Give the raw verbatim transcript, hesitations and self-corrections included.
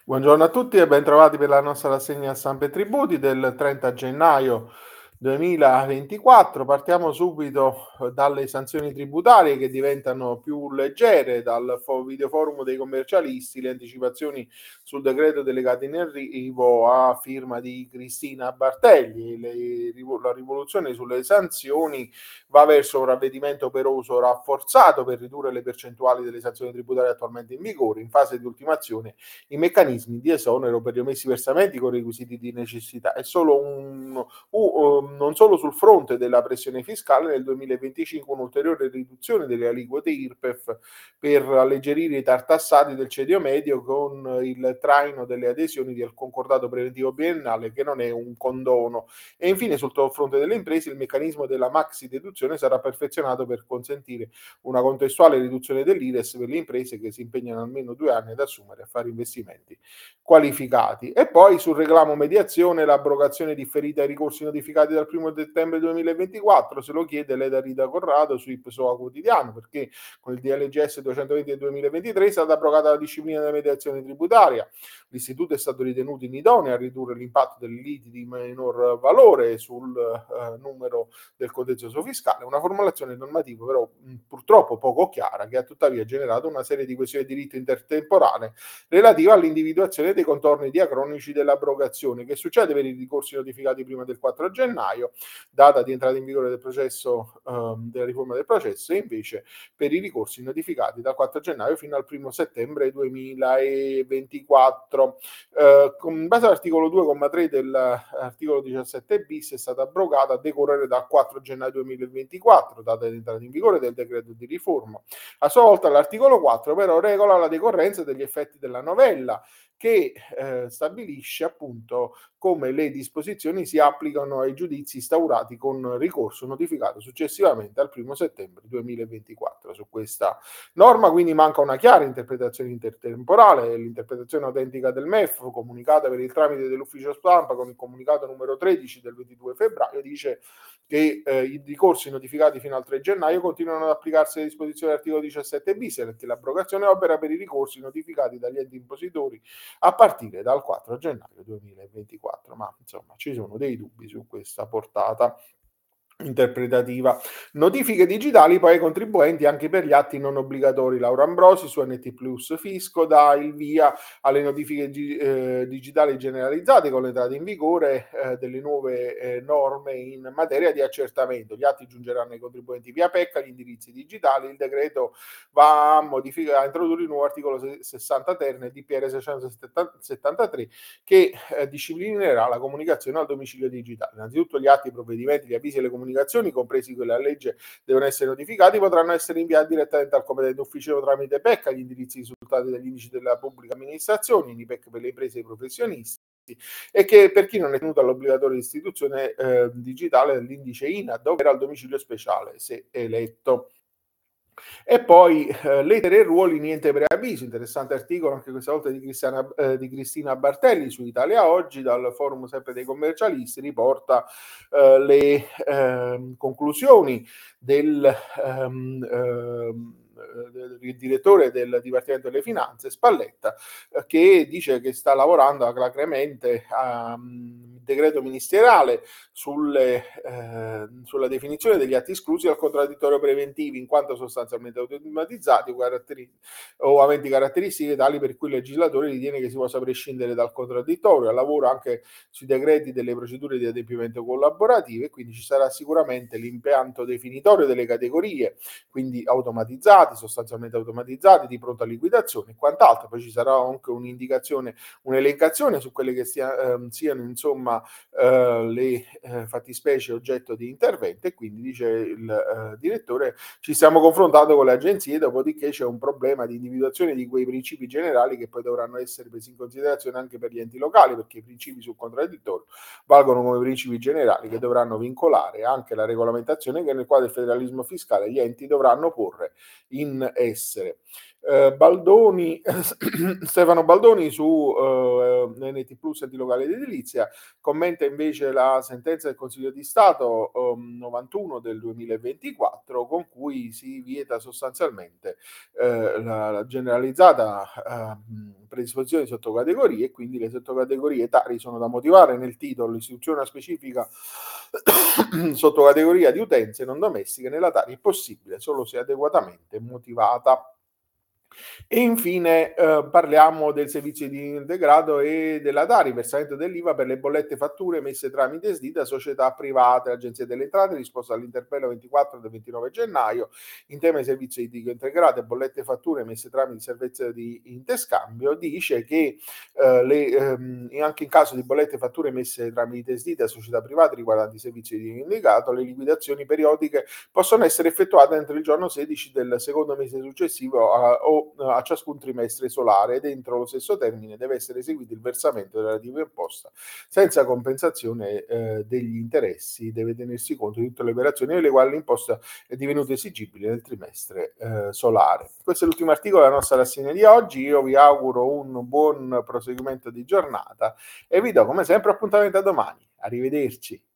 Buongiorno a tutti e bentrovati per la nostra rassegna stampa e tributi del trenta gennaio duemilaventiquattro. Partiamo subito eh, dalle sanzioni tributarie che diventano più leggere, dal fo- videoforum dei commercialisti, le anticipazioni sul decreto delegato in arrivo a firma di Cristina Bartelli. Le rivo- la rivoluzione sulle sanzioni va verso un ravvedimento operoso rafforzato per ridurre le percentuali delle sanzioni tributarie attualmente in vigore. In fase di ultimazione i meccanismi di esonero per gli omessi versamenti con requisiti di necessità. È solo un, uh, uh, non solo sul fronte della pressione fiscale, nel duemilaventicinque un'ulteriore riduzione delle aliquote I R P E F per alleggerire i tartassati del cedio medio con il traino delle adesioni del concordato preventivo biennale, che non è un condono. E infine sul fronte delle imprese il meccanismo della maxi deduzione sarà perfezionato per consentire una contestuale riduzione dell'I R E S per le imprese che si impegnano almeno due anni ad assumere e a fare investimenti qualificati. E poi sul reclamo mediazione l'abrogazione differita ai ricorsi notificati dal primo settembre duemilaventiquattro, se lo chiede Leda Rita Corrado su Ipsoa Quotidiano, perché con il D L G S duecentoventi del duemilaventitré è stata abrogata la disciplina della mediazione tributaria. L'istituto è stato ritenuto inidoneo a ridurre l'impatto delle liti di minor valore sul eh, numero del contenzioso fiscale, una formulazione normativa però mh, purtroppo poco chiara, che ha tuttavia generato una serie di questioni di diritto intertemporanee relative all'individuazione dei contorni diacronici dell'abrogazione. Che succede per i ricorsi notificati prima del quattro gennaio, data di entrata in vigore del processo ehm, della riforma del processo, e invece per i ricorsi notificati dal quattro gennaio fino al primo settembre duemilaventiquattro. Eh, in base all'articolo due comma tre dell'articolo diciassette bis è stata abrogata a decorrere dal quattro gennaio duemilaventiquattro, data di entrata in vigore del decreto di riforma. A sua volta l'articolo quattro però regola la decorrenza degli effetti della novella, che eh, stabilisce appunto come le disposizioni si applicano ai giudizi instaurati con ricorso notificato successivamente al primo settembre duemilaventiquattro. Su questa norma quindi manca una chiara interpretazione intertemporale. L'interpretazione autentica del M E F, comunicata per il tramite dell'ufficio stampa con il comunicato numero tredici del ventidue febbraio, dice che eh, i ricorsi notificati fino al tre gennaio continuano ad applicarsi le disposizioni dell'articolo diciassette bis, perché l'abrogazione opera per i ricorsi notificati dagli enti impositori a partire dal quattro gennaio duemilaventiquattro. Ma insomma ci sono dei dubbi su questa portata interpretativa. Notifiche digitali poi ai contribuenti anche per gli atti non obbligatori. Laura Ambrosi su N T Plus Fisco dà il via alle notifiche gi- eh, digitali generalizzate con l'entrata in vigore eh, delle nuove eh, norme in materia di accertamento. Gli atti giungeranno ai contribuenti via P E C, agli indirizzi digitali. Il decreto va a modificare, a introdurre il nuovo articolo sessanta ter nel D P R seicentosettantatré, che eh, disciplinerà la comunicazione al domicilio digitale. Innanzitutto gli atti, i provvedimenti, gli avvisi e le comunicazioni, compresi quelli a legge, devono essere notificati, potranno essere inviati direttamente al competente ufficio tramite P E C agli indirizzi risultati dagli indici della pubblica amministrazione, in I P E C per le imprese e i professionisti, e che per chi non è tenuto all'obbligatoria istituzione eh, digitale dell'indice I N A D, ovvero al domicilio speciale, se eletto. E poi eh, lettere e ruoli, niente preavviso. Interessante articolo anche questa volta di, Cristiana, eh, di Cristina Bartelli su Italia Oggi, dal forum sempre dei commercialisti, riporta eh, le eh, conclusioni del ehm, ehm, del direttore del Dipartimento delle Finanze, Spalletta, eh, che dice che sta lavorando alacremente a um, decreto ministeriale sulle, eh, sulla definizione degli atti esclusi dal contraddittorio preventivi, in quanto sostanzialmente automatizzati o, caratteri- o aventi caratteristiche tali per cui il legislatore ritiene che si possa prescindere dal contraddittorio. Al lavoro anche sui decreti delle procedure di adempimento collaborative, e quindi ci sarà sicuramente l'impianto definitorio delle categorie, quindi automatizzati, sostanzialmente automatizzati, di pronta liquidazione e quant'altro. Poi ci sarà anche un'indicazione, un'elencazione su quelle che sia, ehm, siano insomma eh, le eh, fattispecie oggetto di intervento, e quindi dice il eh, direttore ci stiamo confrontando con le agenzie, dopodiché c'è un problema di individuazione di quei principi generali che poi dovranno essere presi in considerazione anche per gli enti locali, perché i principi sul contraddittorio valgono come principi generali che dovranno vincolare anche la regolamentazione che nel quadro del federalismo fiscale gli enti dovranno porre in essere. Eh, Baldoni, Stefano Baldoni su eh, N T Plus enti locali ed edilizia commenta invece la sentenza del Consiglio di Stato um, novantuno del duemilaventiquattro, con cui si vieta sostanzialmente eh, la, la generalizzata eh, predisposizione di sottocategorie, e quindi le sottocategorie tali sono da motivare nel titolo l'istituzione specifica sottocategoria di utenze non domestiche nella tali è possibile solo se adeguatamente motivata. E infine eh, parliamo del servizio di integrato e della Tari, versamento dell'I V A per le bollette fatture emesse tramite S D I da società private. L'Agenzia delle Entrate, risposta all'interpello ventiquattro del ventinove gennaio, in tema di servizio idrico integrato e bollette fatture emesse tramite servizio di interscambio, dice che eh, le, ehm, anche in caso di bollette fatture emesse tramite S D I da società private riguardanti i servizi di indicato, le liquidazioni periodiche possono essere effettuate entro il giorno sedici del secondo mese successivo a, o a ciascun trimestre solare, ed entro lo stesso termine deve essere eseguito il versamento della relativa imposta senza compensazione eh, degli interessi. Deve tenersi conto di tutte le operazioni nelle quali l'imposta è divenuta esigibile nel trimestre eh, solare. Questo è l'ultimo articolo della nostra rassegna di oggi. Io vi auguro un buon proseguimento di giornata e vi do come sempre appuntamento a domani. Arrivederci.